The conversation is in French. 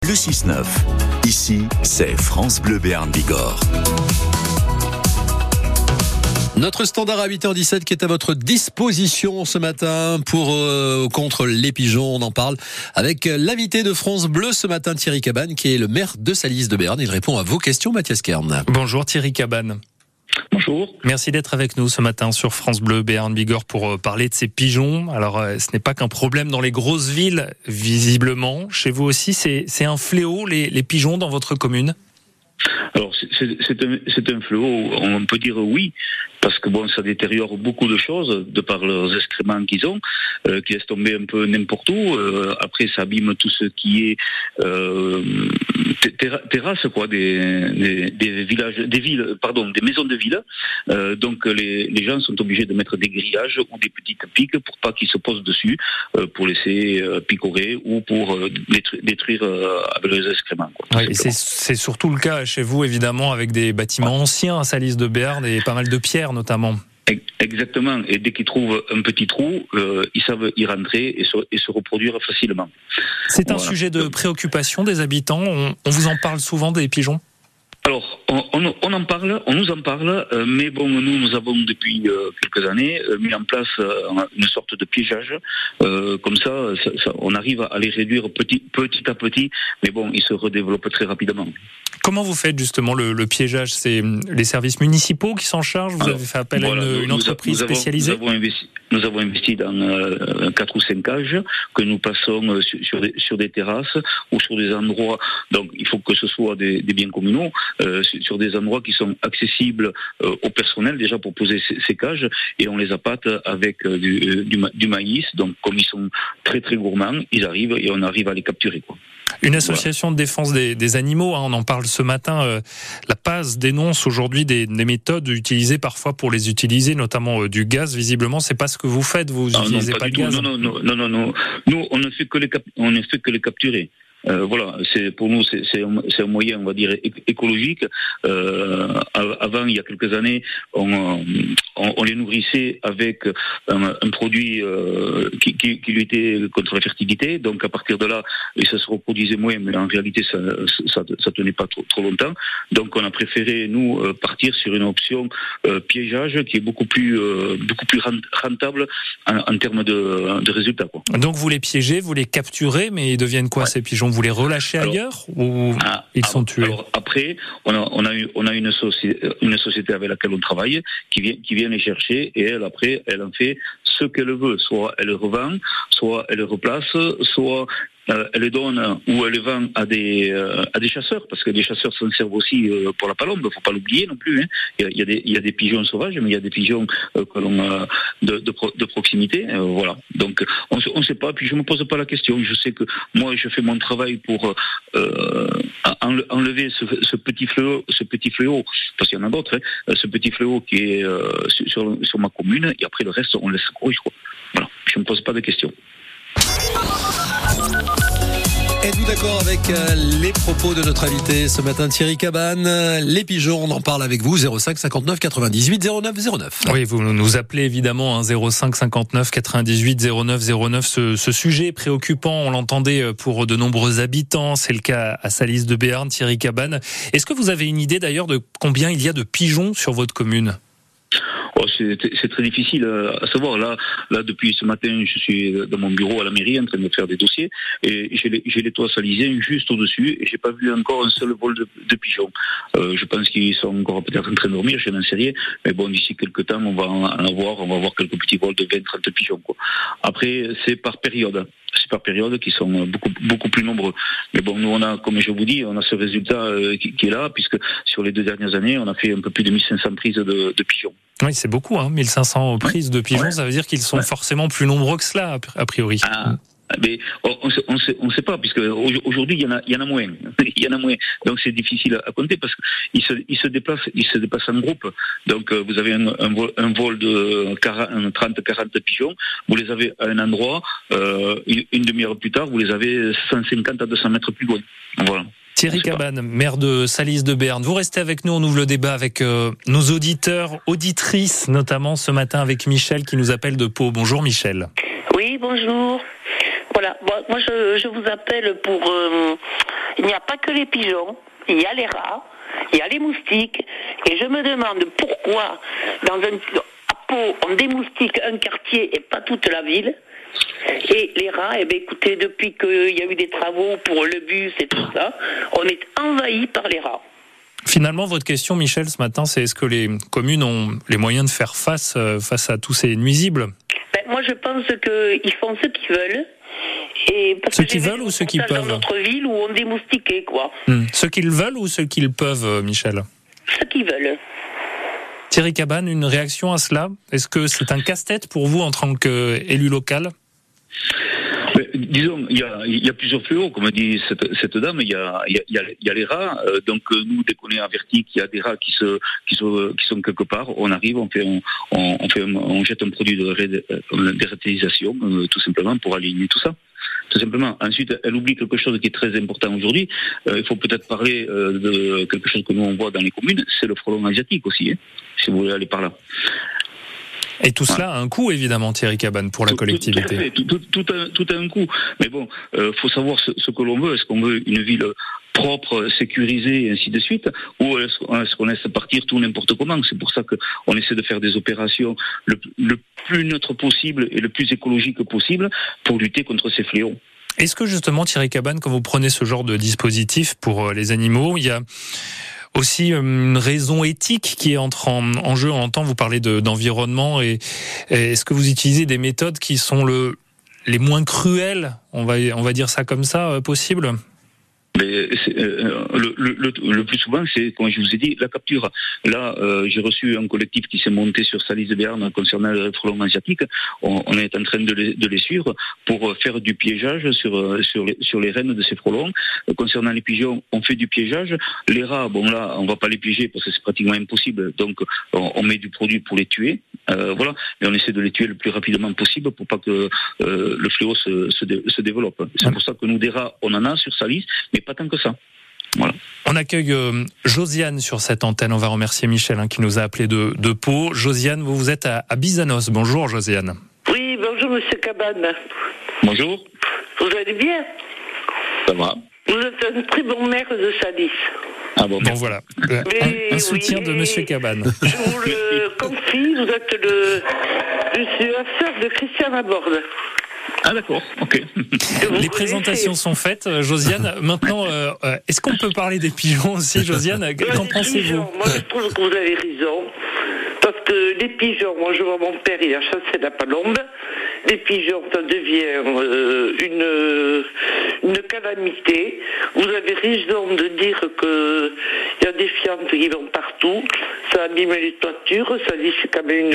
le 6-9. Ici, c'est France Bleu Béarn Bigorre. Notre standard à 8h17 qui est à votre disposition ce matin pour contre les pigeons. On en parle avec l'invité de France Bleu ce matin, Thierry Cabane, qui est le maire de Salis de Béarn. Il répond à vos questions, Mathias Kern. Bonjour Thierry Cabane. Bonjour. Merci d'être avec nous ce matin sur France Bleu Béarn Bigorre pour parler de ces pigeons. Alors, ce n'est pas qu'un problème dans les grosses villes, visiblement. Chez vous aussi, c'est un fléau, les pigeons dans votre commune ? Alors, c'est un fléau, on peut dire oui, parce que bon, ça détériore beaucoup de choses de par leurs excréments qu'ils ont, qui laissent tomber un peu n'importe où. Après, ça abîme tout ce qui est terrasses, quoi, des villages, des maisons de ville. Donc, les gens sont obligés de mettre des grillages ou des petites piques pour pas qu'ils se posent dessus, pour laisser picorer ou pour détruire avec les excréments. Quoi, oui, et c'est surtout le cas chez vous, évidemment, avec des bâtiments anciens à Salis de Béarn et pas mal de pierres notamment. Exactement. Et dès qu'ils trouvent un petit trou, ils savent y rentrer et se reproduire facilement. C'est un sujet de préoccupation des habitants. On vous en parle souvent des pigeons ? Alors, on nous en parle, mais bon, nous avons depuis quelques années mis en place une sorte de piégeage. Comme ça, on arrive à les réduire petit à petit, mais bon, ils se redéveloppent très rapidement. Comment vous faites justement le piégeage ? C'est les services municipaux qui s'en chargent ? Vous avez fait appel à une entreprise spécialisée ? Nous avons investi dans 4 ou 5 cages que nous passons sur des terrasses ou sur des endroits. Donc, il faut que ce soit des biens communaux, sur des endroits qui sont accessibles au personnel déjà pour poser ces cages, et on les appâte avec du maïs. Donc, comme ils sont très très gourmands, ils arrivent et on arrive à les capturer, quoi. Une association de défense des animaux, on en parle ce matin, la PAS dénonce aujourd'hui des méthodes utilisées parfois pour les utiliser, notamment du gaz. Visiblement, c'est pas ce que vous faites, vous n'utilisez pas de gaz. Non. Nous, on ne fait que les capturer. Voilà, pour nous c'est un moyen, on va dire, écologique. Avant, il y a quelques années, on les nourrissait avec un produit qui luttait contre la fertilité. Donc à partir de là, ça se reproduisait moins, mais en réalité ça tenait pas trop longtemps. Donc on a préféré nous partir sur une option piégeage qui est beaucoup plus rentable en termes de résultats, quoi. Donc vous les piégez, vous les capturez, mais ils deviennent quoi, ces pigeons ? Vous les relâchez ailleurs ou ils sont tués ? Alors après, on a une société avec laquelle on travaille qui vient les chercher, et elle en fait ce qu'elle veut. Soit elle revend, soit elle replace, soit elle les donne ou elle les vend à des chasseurs, parce que les chasseurs s'en servent aussi pour la palombe, faut pas l'oublier non plus, hein. Il y a des pigeons sauvages, mais il y a des pigeons que l'on de proximité, voilà. Donc on sait pas, puis je me pose pas la question. Je sais que moi je fais mon travail pour enlever ce petit fléau, parce qu'il y en a d'autres, hein, ce petit fléau qui est sur ma commune, et après le reste on laisse courir, quoi. Voilà, je me pose pas de questions. Êtes-vous d'accord avec les propos de notre invité ce matin, Thierry Cabane ? Les pigeons, on en parle avec vous, 05 59 98 09 09. Oui, vous nous appelez évidemment, 05 59 98 09 09. Ce sujet est préoccupant, on l'entendait pour de nombreux habitants, c'est le cas à Salis de Béarn, Thierry Cabane. Est-ce que vous avez une idée d'ailleurs de combien il y a de pigeons sur votre commune ? C'est très difficile à savoir. Là, depuis ce matin, je suis dans mon bureau à la mairie en train de faire des dossiers, et j'ai les toits salisiens juste au-dessus, et j'ai pas vu encore un seul vol de pigeons. Je pense qu'ils sont encore peut-être en train de dormir, je n'en sais rien, mais bon, d'ici quelques temps, on va avoir quelques petits vols de 20-30 pigeons, quoi. Après, c'est par période. C'est par période qui sont beaucoup plus nombreux. Mais bon, nous on a, comme je vous dis, on a ce résultat qui est là, puisque sur les 2 dernières années, on a fait un peu plus de 1500 prises de pigeons. Oui, c'est beaucoup, 1500 prises de pigeons, ça veut dire qu'ils sont forcément plus nombreux que cela, a priori. Mais on sait pas, puisque aujourd'hui il y en a moins. Il y en a moins. Donc c'est difficile à compter, parce qu'ils se déplacent en groupe. Donc vous avez un vol de 30-40 pigeons, vous les avez à un endroit, une demi-heure plus tard, vous les avez 150 à 200 mètres plus loin. Voilà. Thierry Cabane, maire de Salis de Béarn. Vous restez avec nous, on ouvre le débat avec nos auditeurs, auditrices, notamment ce matin avec Michel qui nous appelle de Pau. Bonjour Michel. Oui, bonjour. Voilà, Voilà, moi je vous appelle pour... il n'y a pas que les pigeons, il y a les rats, il y a les moustiques, et je me demande pourquoi à Pau on démoustique un quartier et pas toute la ville. Et les rats, écoutez, depuis qu'il y a eu des travaux pour le bus et tout ça, on est envahi par les rats. Finalement, votre question, Michel, ce matin, c'est est-ce que les communes ont les moyens de faire face à tous ces nuisibles ? Moi, je pense qu'ils font ce qu'ils veulent. Et parce ceux que qui veulent ou ceux qui peuvent ? Dans notre ville où on démoustiquait, quoi. Ceux qu'ils veulent ou ceux qu'ils peuvent, Michel ? Ceux qui veulent. Thierry Cabane, une réaction à cela ? Est-ce que c'est un casse-tête pour vous en tant qu'élu local ? Disons, il y a plusieurs fléaux, comme a dit cette dame. Il y a les rats. Donc nous, dès qu'on est averti qu'il y a des rats qui sont quelque part, on arrive, on jette un produit de dératilisation, tout simplement pour aligner tout ça. Tout simplement. Ensuite, elle oublie quelque chose qui est très important aujourd'hui. Il faut peut-être parler de quelque chose que nous on voit dans les communes, c'est le frelon asiatique aussi, si vous voulez aller par là. Et tout cela a un coût, évidemment, Thierry Cabane, pour la collectivité. Tout a un coût. Mais bon, faut savoir ce que l'on veut. Est-ce qu'on veut une ville propre, sécurisée, et ainsi de suite, ou est-ce qu'on laisse partir tout n'importe comment ? C'est pour ça qu'on essaie de faire des opérations le plus neutre possible et le plus écologique possible pour lutter contre ces fléaux. Est-ce que justement, Thierry Cabane, quand vous prenez ce genre de dispositif pour les animaux, il y a aussi une raison éthique qui entre en jeu? On entend vous parler d'environnement et est-ce que vous utilisez des méthodes qui sont les moins cruelles, on va dire ça comme ça, possible? Mais le plus souvent, c'est, comme je vous ai dit, la capture. Là, j'ai reçu un collectif qui s'est monté sur Salis de Béarn concernant le frelon asiatique. On est en train de les suivre pour faire du piégeage sur les reines de ces frelons. Concernant les pigeons, on fait du piégeage. Les rats, bon là, on va pas les piéger parce que c'est pratiquement impossible. Donc, on met du produit pour les tuer. Voilà. Et on essaie de les tuer le plus rapidement possible pour pas que le fléau se développe. C'est pour ça que nous, des rats, on en a sur Salis, mais pas tant que ça. Voilà. On accueille Josiane sur cette antenne. On va remercier Michel qui nous a appelé de Pau. Josiane, vous êtes à Bizanos. Bonjour Josiane. Oui, bonjour Monsieur Cabane. Bonjour. Vous allez bien ? Ça va. Vous êtes un très bon maire de Salis. Ah bon Voilà. Un soutien de Monsieur Cabane. Je vous le confie, je suis la sœur de Christian Laborde. Ah d'accord, ok. Les présentations sont faites, Josiane. Maintenant, est-ce qu'on peut parler des pigeons aussi, Josiane ? Qu'en pensez-vous ? Moi, je trouve que vous avez raison. Parce que les pigeons, moi je vois mon père, il a chassé la palombe. Les pigeons, ça devient une calamité. Vous avez raison de dire qu'il y a des fientes qui vont partout. Ça abîme les toitures, ça dit c'est quand même une